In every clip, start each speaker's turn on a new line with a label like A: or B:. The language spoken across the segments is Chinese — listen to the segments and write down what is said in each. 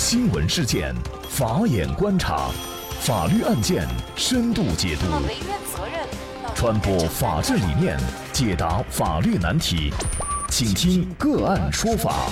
A: 新闻事件，法眼观察，法律案件深度解读，传播法治理念，解答法律难题，请听个案说法。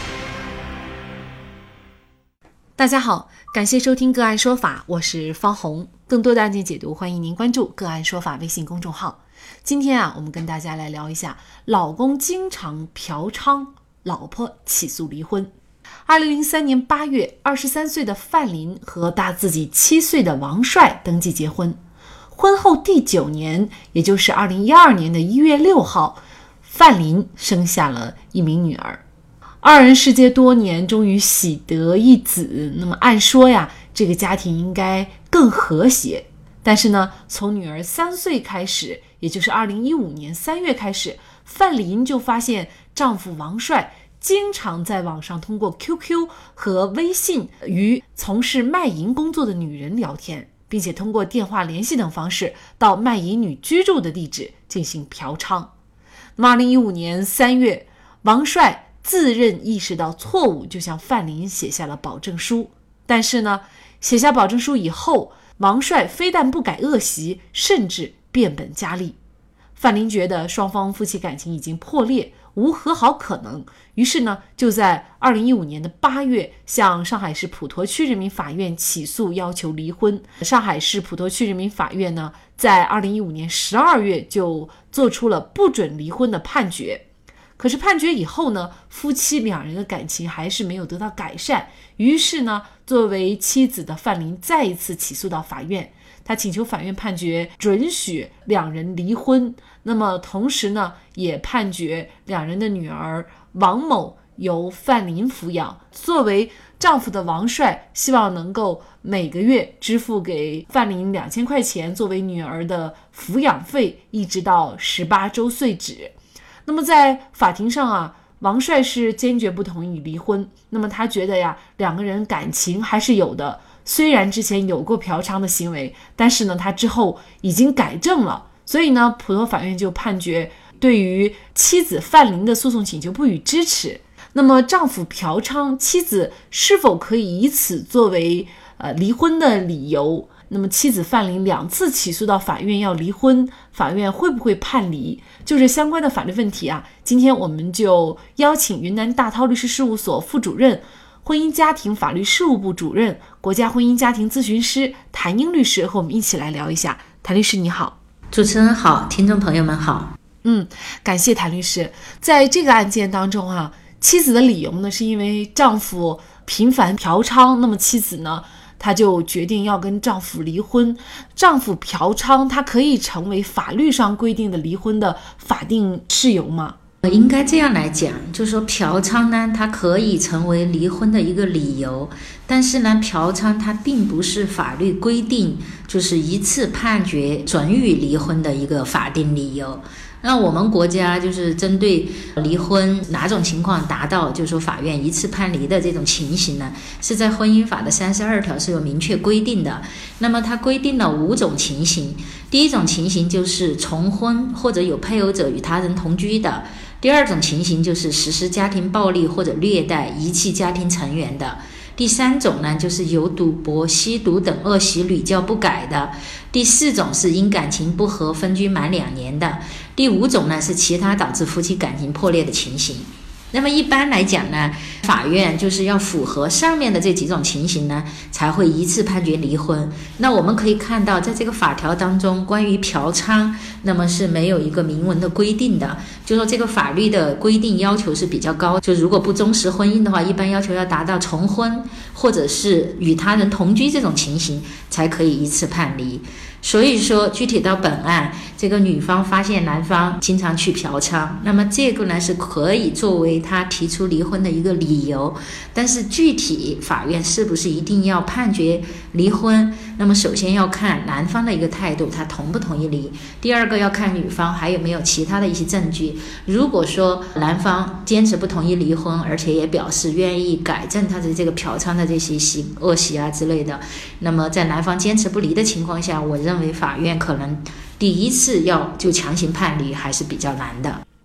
B: 大家好，感谢收听个案说法，我是方红。更多的案件解读，欢迎您关注个案说法微信公众号。今天我们跟大家来聊一下老公经常嫖娼，老婆起诉离婚。2003年8月，23岁的范林和大自己7岁的王帅登记结婚。婚后第9年，也就是2012年的1月6号，范林生下了一名女儿。二人事结多年，终于喜得一子。那么按说这个家庭应该更和谐。但是呢，从女儿3岁开始，也就是2015年3月开始，范林就发现丈夫王帅经常在网上通过 QQ 和微信与从事卖淫工作的女人聊天，并且通过电话联系等方式到卖淫女居住的地址进行嫖娼。那么2015年3月，王帅自认意识到错误，就向范林写下了保证书。但是呢，写下保证书以后，王帅非但不改恶习，甚至变本加厉。范林觉得双方夫妻感情已经破裂，无和好可能，于是呢，就在2015年的8月向上海市普陀区人民法院起诉，要求离婚。上海市普陀区人民法院呢，在2015年12月就做出了不准离婚的判决。可是判决以后呢，夫妻两人的感情还是没有得到改善，于是呢，作为妻子的范林再一次起诉到法院，他请求法院判决准许两人离婚，那么同时呢，也判决两人的女儿王某由范林抚养。作为丈夫的王帅希望能够每个月支付给范林2000块钱作为女儿的抚养费，一直到18周岁止。那么在法庭上王帅是坚决不同意离婚。那么他觉得两个人感情还是有的，虽然之前有过嫖娼的行为，但是呢，他之后已经改正了。所以呢，普陀法院就判决对于妻子范林的诉讼请求不予支持。那么丈夫嫖娼，妻子是否可以以此作为离婚的理由？那么妻子范林2次起诉到法院要离婚，法院会不会判离？就是相关的法律问题今天我们就邀请云南大韬律师事务所副主任、婚姻家庭法律事务部主任、国家婚姻家庭咨询师谭英律师和我们一起来聊一下。谭律师你好。
C: 主持人好，听众朋友们好。
B: 感谢谭律师。在这个案件当中妻子的理由呢，是因为丈夫频繁嫖娼，那么妻子呢，她就决定要跟丈夫离婚。丈夫嫖娼，他可以成为法律上规定的离婚的法定事由吗？
C: 应该这样来讲，就是说嫖娼呢，它可以成为离婚的一个理由，但是呢，嫖娼它并不是法律规定就是一次判决准予离婚的一个法定理由。那我们国家就是针对离婚哪种情况达到就是说法院一次判离的这种情形呢，是在婚姻法的32条是有明确规定的。那么它规定了5种情形。第一种情形就是重婚或者有配偶者与他人同居的。第二种情形就是实施家庭暴力或者虐待、遗弃家庭成员的。第3种呢，就是有赌博、吸毒等恶习屡教不改的。第4种是因感情不和分居满2年的。第5种呢，是其他导致夫妻感情破裂的情形。那么一般来讲呢，法院就是要符合上面的这几种情形呢，才会一次判决离婚。那我们可以看到，在这个法条当中，关于嫖娼，那么是没有一个明文的规定的，就说这个法律的规定要求是比较高，就如果不忠实婚姻的话，一般要求要达到重婚或者是与他人同居这种情形，才可以一次判离。所以说具体到本案，这个女方发现男方经常去嫖娼，那么这个呢是可以作为他提出离婚的一个理由。但是具体法院是不是一定要判决离婚，那么首先要看男方的一个态度，他同不同意离。第二个要看女方还有没有其他的一些证据。如果说男方坚持不同意离婚，而且也表示愿意改正他的这个嫖娼的这些恶习之类的，那么在男方坚持不离的情况下，我认为法院可能第一次要就强行判离还是比较难的。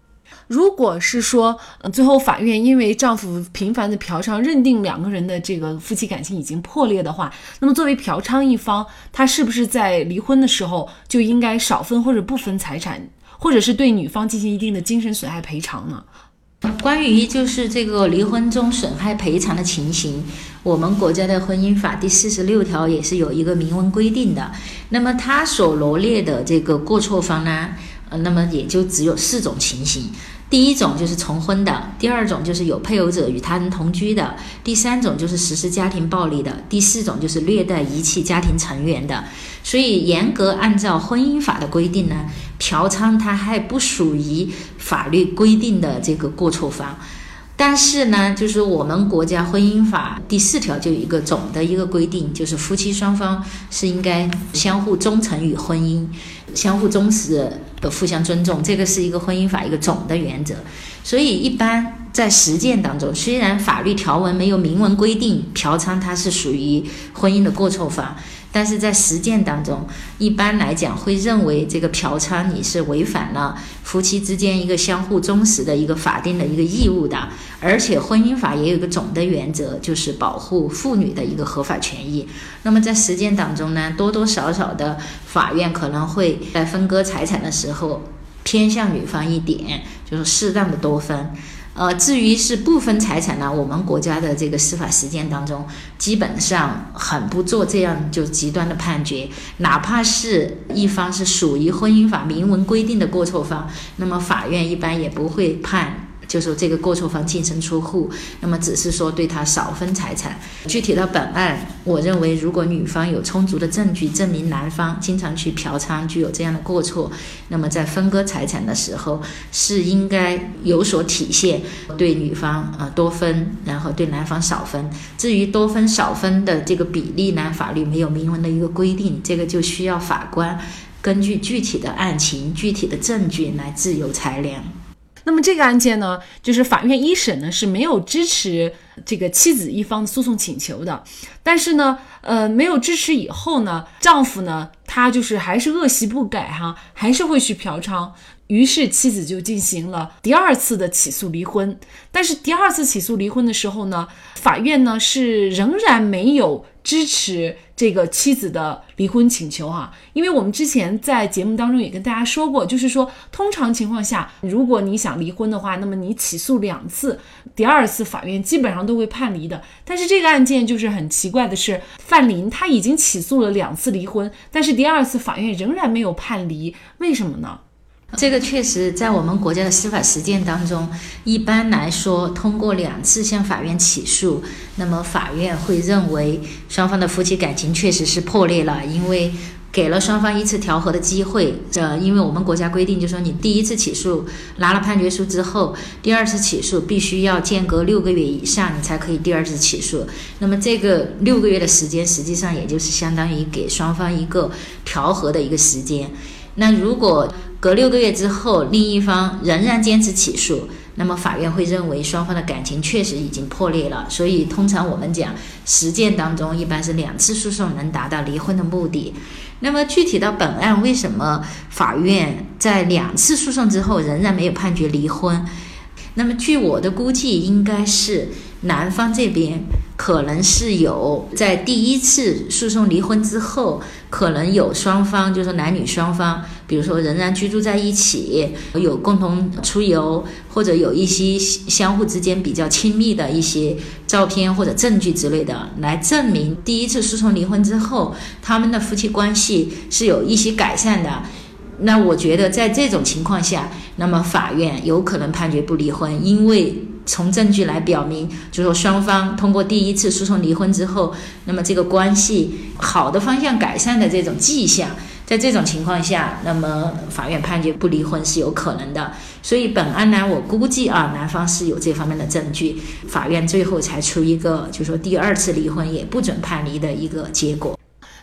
B: 如果是说最后法院因为丈夫频繁的嫖娼认定两个人的这个夫妻感情已经破裂的话，那么作为嫖娼一方，他是不是在离婚的时候就应该少分或者不分财产，或者是对女方进行一定的精神损害赔偿呢？
C: 关于就是这个离婚中损害赔偿的情形，我们国家的婚姻法第46条也是有一个明文规定的。那么它所罗列的这个过错方呢，那么也就只有4种情形。第一种就是重婚的，第二种就是有配偶者与他人同居的，第三种就是实施家庭暴力的，第四种就是虐待遗弃家庭成员的。所以严格按照婚姻法的规定呢，嫖娼它还不属于法律规定的这个过错方。但是呢，就是我们国家婚姻法第4条就有一个总的一个规定，就是夫妻双方是应该相互忠诚于婚姻，相互忠实的互相尊重，这个是一个婚姻法一个总的原则。所以一般在实践当中，虽然法律条文没有明文规定嫖娼它是属于婚姻的过错方，但是在实践当中，一般来讲会认为这个嫖娼你是违反了夫妻之间一个相互忠实的一个法定的一个义务的。而且婚姻法也有一个总的原则，就是保护妇女的一个合法权益。那么在实践当中呢，多多少少的法院可能会在分割财产的时候偏向女方一点，就是适当的多分。至于是不分财产呢，我们国家的这个司法实践当中基本上很不做这样就极端的判决，哪怕是一方是属于婚姻法明文规定的过错方，那么法院一般也不会判就是这个过错方净身出户，那么只是说对他少分财产。具体到本案，我认为如果女方有充足的证据证明男方经常去嫖娼具有这样的过错，那么在分割财产的时候是应该有所体现，对女方多分，然后对男方少分。至于多分少分的这个比例呢，法律没有明文的一个规定，这个就需要法官根据具体的案情具体的证据来自由裁量。
B: 那么这个案件呢，就是法院一审呢是没有支持这个妻子一方的诉讼请求的，但是呢，没有支持以后呢，丈夫呢他就是还是恶习不改哈，还是会去嫖娼，于是妻子就进行了第2次的起诉离婚。但是第2次起诉离婚的时候呢，法院呢是仍然没有支持这个妻子的离婚请求哈，因为我们之前在节目当中也跟大家说过，就是说通常情况下，如果你想离婚的话，那么你起诉2次，第2次法院基本上都会判离的。但是这个案件就是很奇怪的是，范林他已经起诉了2次离婚，但是第2次法院仍然没有判离，为什么呢？
C: 这个确实在我们国家的司法实践当中，一般来说通过2次向法院起诉，那么法院会认为双方的夫妻感情确实是破裂了，因为给了双方1次调和的机会。因为我们国家规定就是说，你第1次起诉拿了判决书之后，第2次起诉必须要间隔6个月以上，你才可以第2次起诉。那么这个6个月的时间实际上也就是相当于给双方一个调和的一个时间。那如果隔6个月之后另一方仍然坚持起诉，那么法院会认为双方的感情确实已经破裂了。所以通常我们讲实践当中一般是2次诉讼能达到离婚的目的。那么具体到本案，为什么法院在2次诉讼之后仍然没有判决离婚？那么据我的估计，应该是男方这边可能是有在第1次诉讼离婚之后，可能有双方就是男女双方，比如说仍然居住在一起，有共同出游，或者有一些相互之间比较亲密的一些照片或者证据之类的，来证明第1次诉讼离婚之后他们的夫妻关系是有一些改善的。那我觉得在这种情况下，那么法院有可能判决不离婚，因为从证据来表明，就是说双方通过第1次诉讼离婚之后，那么这个关系好的方向改善的这种迹象，在这种情况下，那么法院判决不离婚是有可能的。所以本案呢，我估计男方是有这方面的证据，法院最后才出一个就是说第2次离婚也不准判离的一个结果。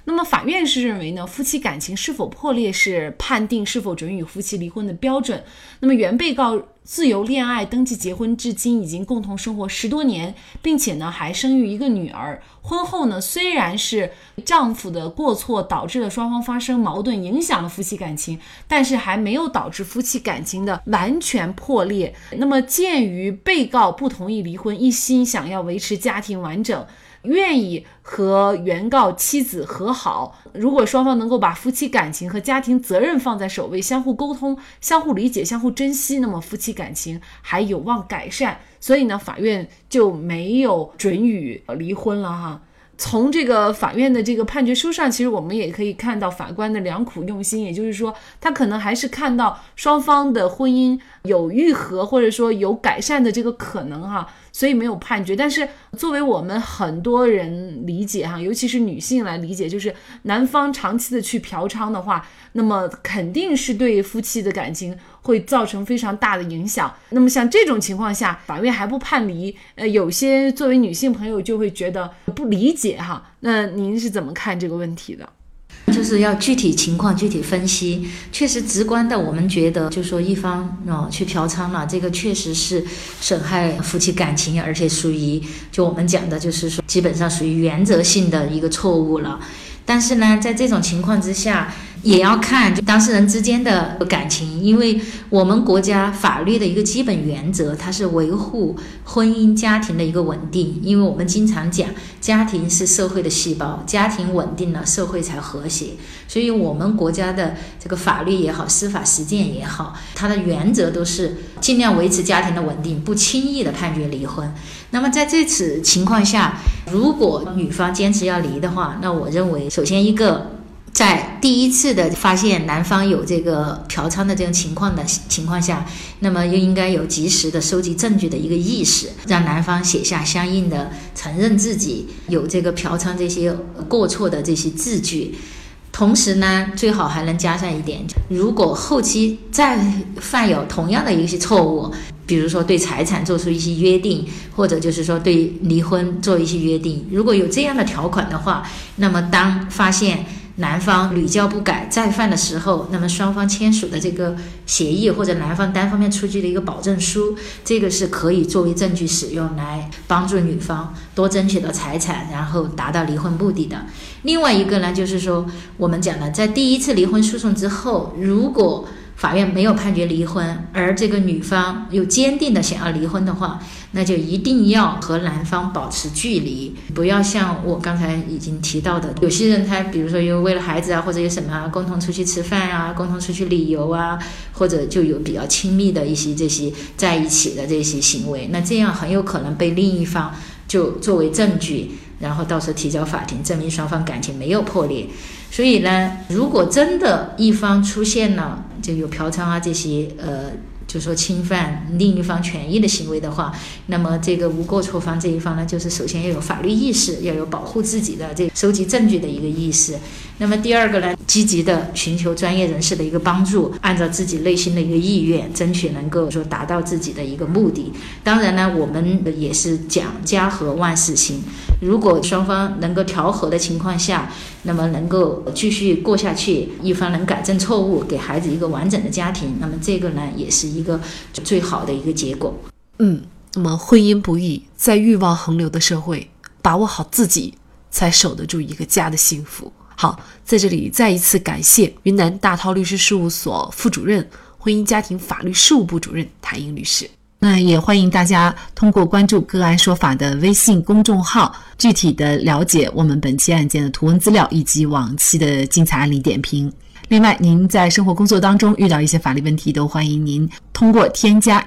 B: 那么法院是认为呢，夫妻感情是否破裂是判定是否准予夫妻离婚的标准。那么原被告自由恋爱登记结婚至今已经共同生活10多年，并且呢还生育一个女儿。婚后呢虽然是丈夫的过错导致了双方发生矛盾，影响了夫妻感情，但是还没有导致夫妻感情的完全破裂。那么鉴于被告不同意离婚，一心想要维持家庭完整，愿意和原告妻子和好，如果双方能够把夫妻感情和家庭责任放在首位，相互沟通、相互理解、相互珍惜，那么夫妻感情还有望改善。所以呢，法院就没有准予离婚了哈。从这个法院的这个判决书上，其实我们也可以看到法官的良苦用心，也就是说他可能还是看到双方的婚姻有愈合或者说有改善的这个可能哈，所以没有判决。但是作为我们很多人理解哈，尤其是女性来理解，就是男方长期的去嫖娼的话，那么肯定是对夫妻的感情会造成非常大的影响。那么像这种情况下，法院还不判离，有些作为女性朋友就会觉得不理解哈。那您是怎么看这个问题的？
C: 就是要具体情况具体分析。确实直观的我们觉得就说一方去嫖娼了，这个确实是损害夫妻感情，而且属于就我们讲的就是说基本上属于原则性的一个错误了。但是呢在这种情况之下也要看就当事人之间的感情，因为我们国家法律的一个基本原则，它是维护婚姻家庭的一个稳定。因为我们经常讲家庭是社会的细胞，家庭稳定了社会才和谐，所以我们国家的这个法律也好，司法实践也好，它的原则都是尽量维持家庭的稳定，不轻易的判决离婚。那么在这次情况下，如果女方坚持要离的话，那我认为首先一个在第一次的发现男方有这个嫖娼的这种情况下，那么又应该有及时的收集证据的一个意识，让男方写下相应的承认自己有这个嫖娼这些过错的这些字据。同时呢，最好还能加上一点，如果后期再犯有同样的一些错误，比如说对财产做出一些约定，或者就是说对离婚做一些约定，如果有这样的条款的话，那么当发现男方屡教不改再犯的时候，那么双方签署的这个协议或者男方单方面出具的一个保证书，这个是可以作为证据使用来帮助女方多争取到财产，然后达到离婚目的的。另外一个呢，就是说我们讲的在第一次离婚诉讼之后，如果法院没有判决离婚，而这个女方又坚定的想要离婚的话，那就一定要和男方保持距离，不要像我刚才已经提到的，有些人他比如说有为了孩子啊，或者有什么共同出去吃饭啊，共同出去旅游啊，或者就有比较亲密的一些这些在一起的这些行为，那这样很有可能被另一方就作为证据，然后到时候提交法庭证明双方感情没有破裂。所以呢，如果真的一方出现了就有嫖娼啊这些就说侵犯另一方权益的行为的话，那么这个无过错方这一方呢，就是首先要有法律意识，要有保护自己的这收集证据的一个意识。那么第二个呢，积极的寻求专业人士的一个帮助，按照自己内心的一个意愿，争取能够说达到自己的一个目的。当然呢，我们也是讲家和万事兴，如果双方能够调和的情况下，那么能够继续过下去，一方能改正错误，给孩子一个完整的家庭，那么这个呢也是一个最好的一个结果。
B: 那么婚姻不易，在欲望横流的社会，把握好自己，才守得住一个家的幸福。好，在这里再一次感谢云南大韬律师事务所副主任、婚姻家庭法律事务部主任谭英律师。那也欢迎大家通过关注个案说法的微信公众号，具体的了解我们本期案件的图文资料以及往期的精彩案例点评。另外，您在生活工作当中遇到一些法律问题，都欢迎您通过添加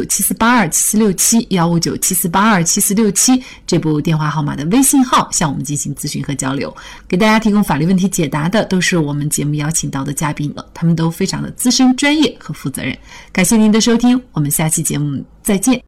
B: 15974827467 15974827467这部电话号码的微信号向我们进行咨询和交流。给大家提供法律问题解答的都是我们节目邀请到的嘉宾了，他们都非常的资深、专业和负责任。感谢您的收听，我们下期节目再见。